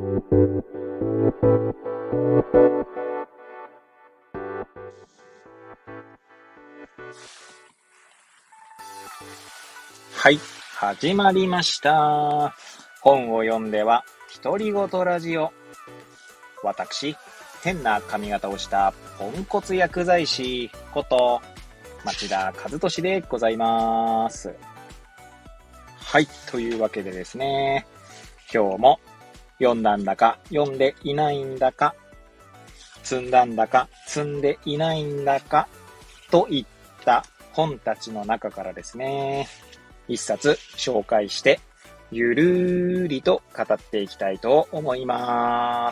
はい、始まりました。本を読んでは独り言ラジオ。私、変な髪型をしたポンコツ薬剤師こと町田和俊でございます。はい、というわけでですね、今日も読んだんだか読んでいないんだか、積んだんだか積んでいないんだかといった本たちの中からですね、一冊紹介してゆるーりと語っていきたいと思います。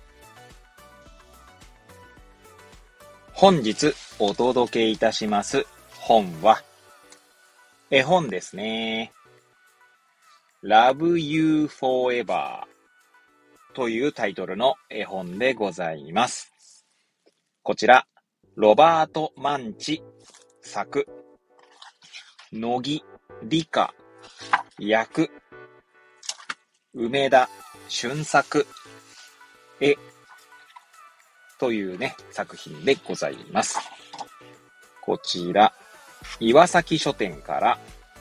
本日お届けいたします本は絵本ですね。Love You Forever というタイトルの絵本でございます。こちらロバート・マンチ作、乃木理香役、梅田俊作絵というね、作品でございます。こちら、岩崎書店から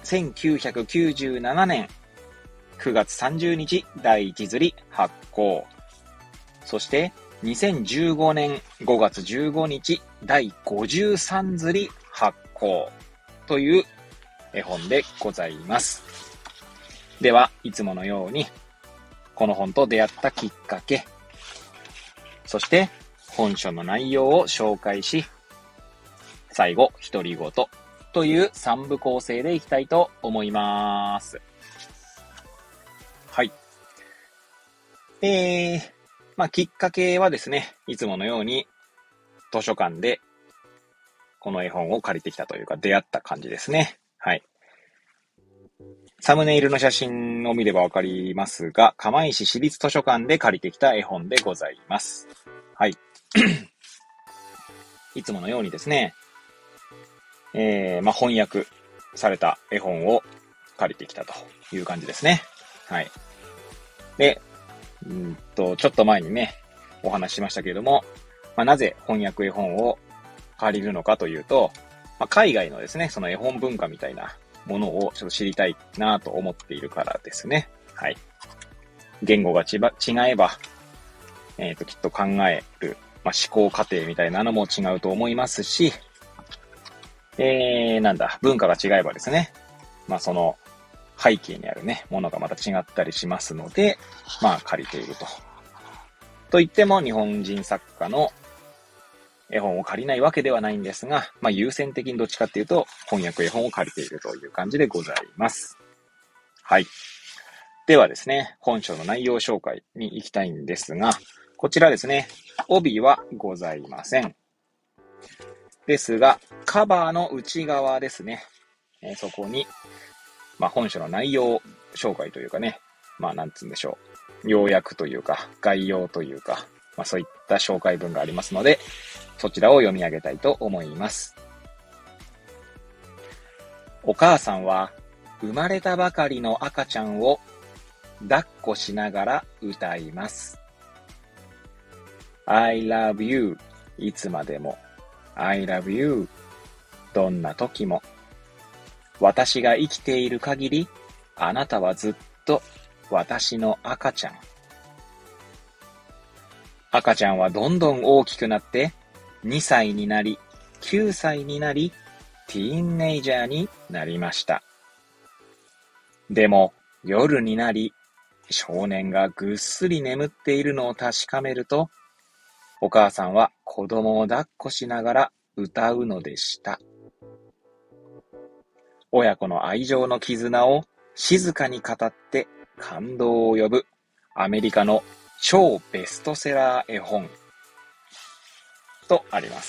1997年9月30日第1刷り発行。そして2015年5月15日第53刷り発行という絵本でございます。では、いつものようにこの本と出会ったきっかけ、そして本書の内容を紹介し、最後、独り言という3部構成でいきたいと思います。はい。きっかけはですね、いつものように図書館でこの絵本を借りてきたというか出会った感じですね。はい。サムネイルの写真を見ればわかりますが、釜石市立図書館で借りてきた絵本でございます。はい。いつものようにですね、翻訳された絵本を借りてきたという感じですね。はい。で、ちょっと前にね、お話ししましたけれども、なぜ翻訳絵本を借りるのかというと、海外のですね、その絵本文化みたいなものをちょっと知りたいなと思っているからですね。はい。言語が違えば、きっと考える、思考過程みたいなのも違うと思いますし、文化が違えばですね、その背景にあるね、ものがまた違ったりしますので、借りていると。と言っても日本人作家の絵本を借りないわけではないんですが、優先的にどっちかっていうと翻訳絵本を借りているという感じでございます。はい。ではですね、本書の内容紹介に行きたいんですが、こちらですね、帯はございません。ですが、カバーの内側ですね、そこに、本書の内容紹介というかね、なんつうんでしょう、要約というか、概要というか、そういった紹介文がありますので、そちらを読み上げたいと思います。お母さんは、生まれたばかりの赤ちゃんを抱っこしながら歌います。I love you いつまでも I love you どんな時も私が生きている限りあなたはずっと私の赤ちゃん。赤ちゃんはどんどん大きくなって2歳になり9歳になりティーンネイジャーになりました。でも夜になり少年がぐっすり眠っているのを確かめると、お母さんは子供を抱っこしながら歌うのでした。親子の愛情の絆を静かに語って感動を呼ぶアメリカの超ベストセラー絵本とあります。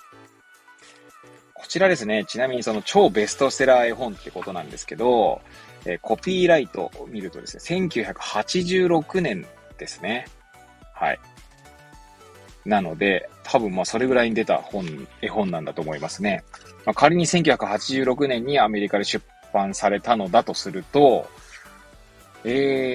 こちらですね、ちなみにその超ベストセラー絵本ってことなんですけど、コピーライトを見るとですね、1986年ですね。はい。なので、多分それぐらいに出た絵本なんだと思いますね。仮に1986年にアメリカで出版されたのだとすると、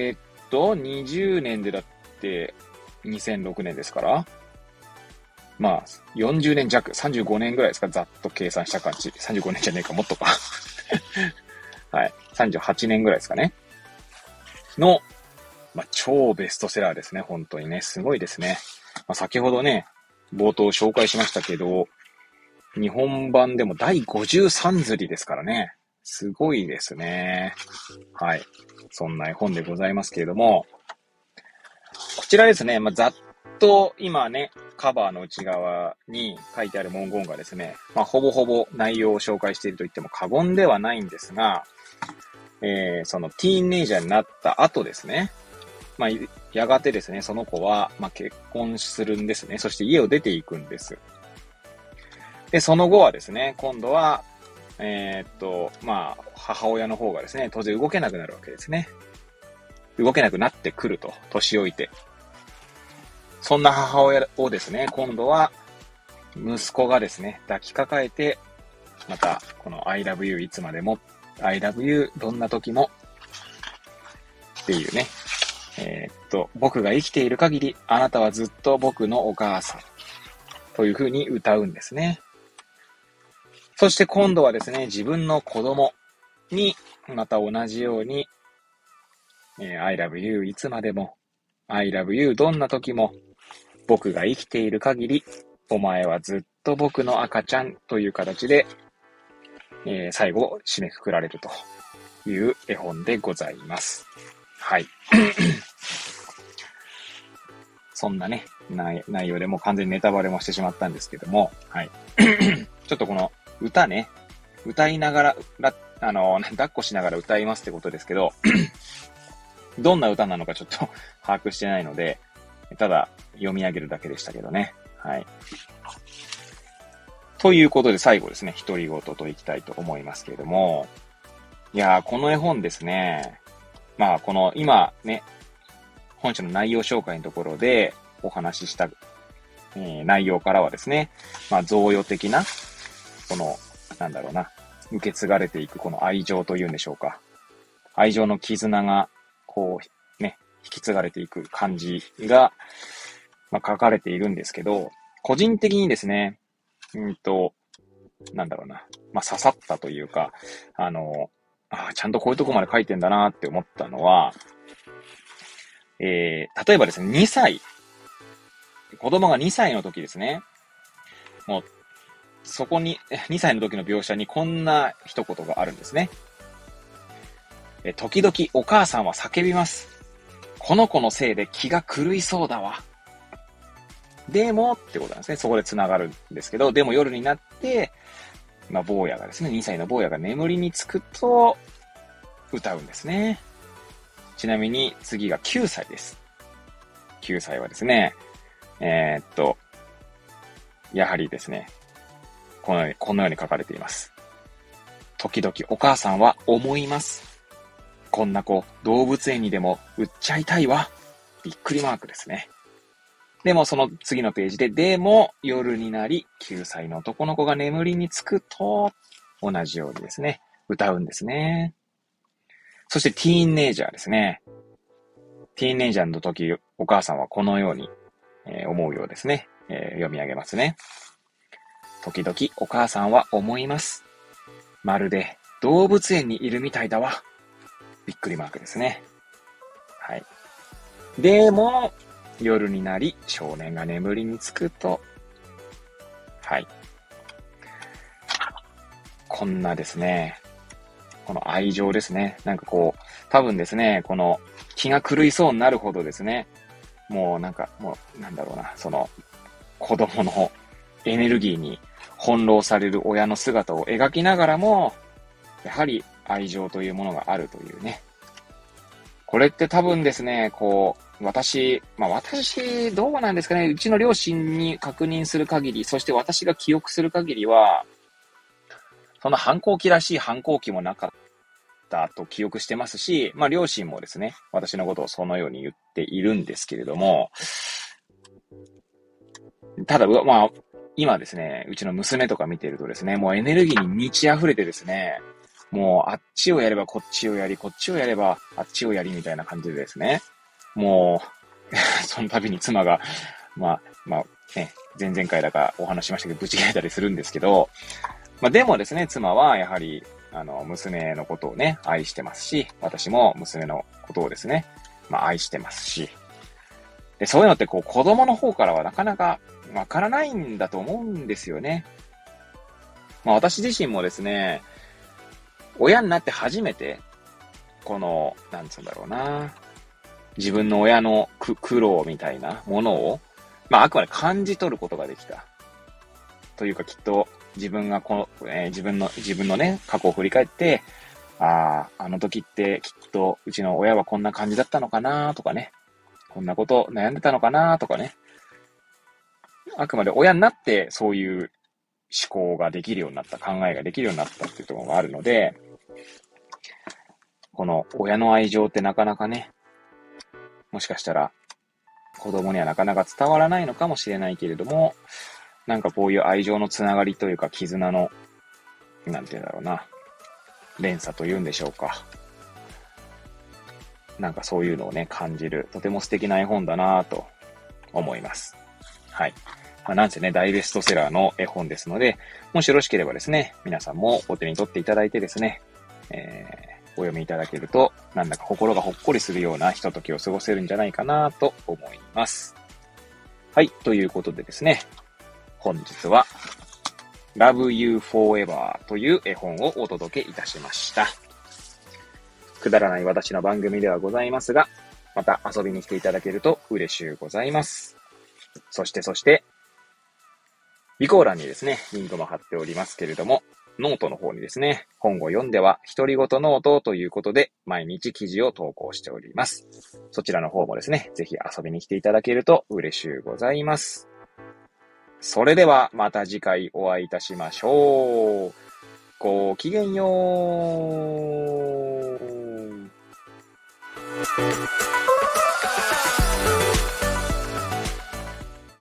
20年でだって2006年ですから、まあ、40年弱、35年ぐらいですか、ざっと計算した感じ。35年じゃねえか、もっとか。はい。38年ぐらいですかね。の、まあ、超ベストセラーですね、本当にね。すごいですね。まあ、先ほどね、冒頭紹介しましたけど、日本版でも第53釣りですからね。すごいですね。はい。そんな絵本でございますけれども、こちらですね、まあ、ざっと今ね、カバーの内側に書いてある文言がですね、まあ、ほぼほぼ内容を紹介していると言っても過言ではないんですが、そのティーンネイジャーになった後ですね、まあ、やがてですね、その子は、まあ、結婚するんですね。そして家を出ていくんです。で、その後はですね、今度は、まあ、母親の方がですね、当然動けなくなるわけですね。動けなくなってくると、年老いて。そんな母親をですね、今度は、息子がですね、抱きかかえて、また、この I love you いつまでも、I love you どんな時も、っていうね、僕が生きている限り、あなたはずっと僕のお母さん、という風に歌うんですね。そして今度はですね、自分の子供に、また同じように、I love you いつまでも、I love you どんな時も、僕が生きている限り、お前はずっと僕の赤ちゃんという形で、最後締めくくられるという絵本でございます。はい。そんなね、内容でもう完全にネタバレもしてしまったんですけども、はい。ちょっとこの歌ね、歌いながら、抱っこしながら歌いますってことですけど、どんな歌なのかちょっと把握してないので、ただ読み上げるだけでしたけどね。はい。ということで最後ですね、独り言といきたいと思いますけれども、いやー、この絵本ですね、まあこの今ね、本書の内容紹介のところでお話しした、内容からはですね、まあ贈与的な、この、なんだろうな、受け継がれていくこの愛情というんでしょうか。愛情の絆が、こう、ね、引き継がれていく感じが、まあ、書かれているんですけど、個人的にですね、なんだろうな、まあ、刺さったというか、ちゃんとこういうとこまで書いてんだなって思ったのは、例えばですね、子供が2歳の時ですね、もう、そこに、2歳の時の描写にこんな一言があるんですね。時々お母さんは叫びます。この子のせいで気が狂いそうだわ。でもってことなんですね。そこで繋がるんですけど、でも夜になって、まあ、坊やがですね、2歳の坊やが眠りにつくと、歌うんですね。ちなみに次が9歳です。9歳はですね、やはりですね、このように書かれています。時々お母さんは思います。こんな子、動物園にでも売っちゃいたいわ。びっくりマークですね。でもその次のページで、でも夜になり、9歳の男の子が眠りにつくと、同じようにですね、歌うんですね。そしてティーンネイジャーですね。ティーンネイジャーの時、お母さんはこのように、思うようですね。読み上げますね。時々お母さんは思います。まるで動物園にいるみたいだわ。びっくりマークですね。はい。でも、夜になり、少年が眠りにつくと、はい。こんなですね、この愛情ですね。なんかこう、多分ですね、この気が狂いそうになるほどですね、もうなんか、もうなんだろうな、その子供のエネルギーに翻弄される親の姿を描きながらも、やはり愛情というものがあるというね。これって多分ですね、こう、私、どうなんですかね、うちの両親に確認する限り、そして私が記憶する限りは、そんな反抗期らしい反抗期もなかったと記憶してますし、まあ両親もですね、私のことをそのように言っているんですけれども、ただ、まあ、今ですね、うちの娘とか見てるとですね、もうエネルギーに満ち溢れてですね、もうあっちをやればこっちをやり、こっちをやればあっちをやりみたいな感じでですね、 もう、その度に妻が、ね、前々回だからお話しましたけど、ブチ切れたりするんですけど、でもですね、妻はやはり、娘のことをね、愛してますし、私も娘のことをですね、愛してますし、で、そういうのって子供の方からはなかなかわからないんだと思うんですよね。私自身もですね、親になって初めて、なんつうんだろうな、自分の親の苦労みたいなものを、あくまで感じ取ることができた。というかきっと自分が自分のね、過去を振り返って、あの時ってきっとうちの親はこんな感じだったのかなとかね、こんなこと悩んでたのかなとかね、あくまで親になってそういう思考ができるようになった、考えができるようになったっていうところがあるので、この親の愛情ってなかなかね、もしかしたら子供にはなかなか伝わらないのかもしれないけれども、なんかこういう愛情のつながりというか絆の、なんていうんだろうな、連鎖というんでしょうか。なんかそういうのをね、感じる、とても素敵な絵本だなぁと思います。はい。なんせね、大ベストセラーの絵本ですので、もしよろしければですね、皆さんもお手に取っていただいてですね、お読みいただけると、なんだか心がほっこりするようなひとときを過ごせるんじゃないかなと思います。はい、ということでですね、本日は Love You Forever という絵本をお届けいたしました。くだらない私の番組ではございますが、また遊びに来ていただけると嬉しゅうございます。そして、備考欄にですね、リンクも貼っておりますけれども、ノートの方にですね、本を読んでは独り言ノートということで、毎日記事を投稿しております。そちらの方もですね、ぜひ遊びに来ていただけると嬉しゅうございます。それではまた次回お会いいたしましょう。ごきげんよう。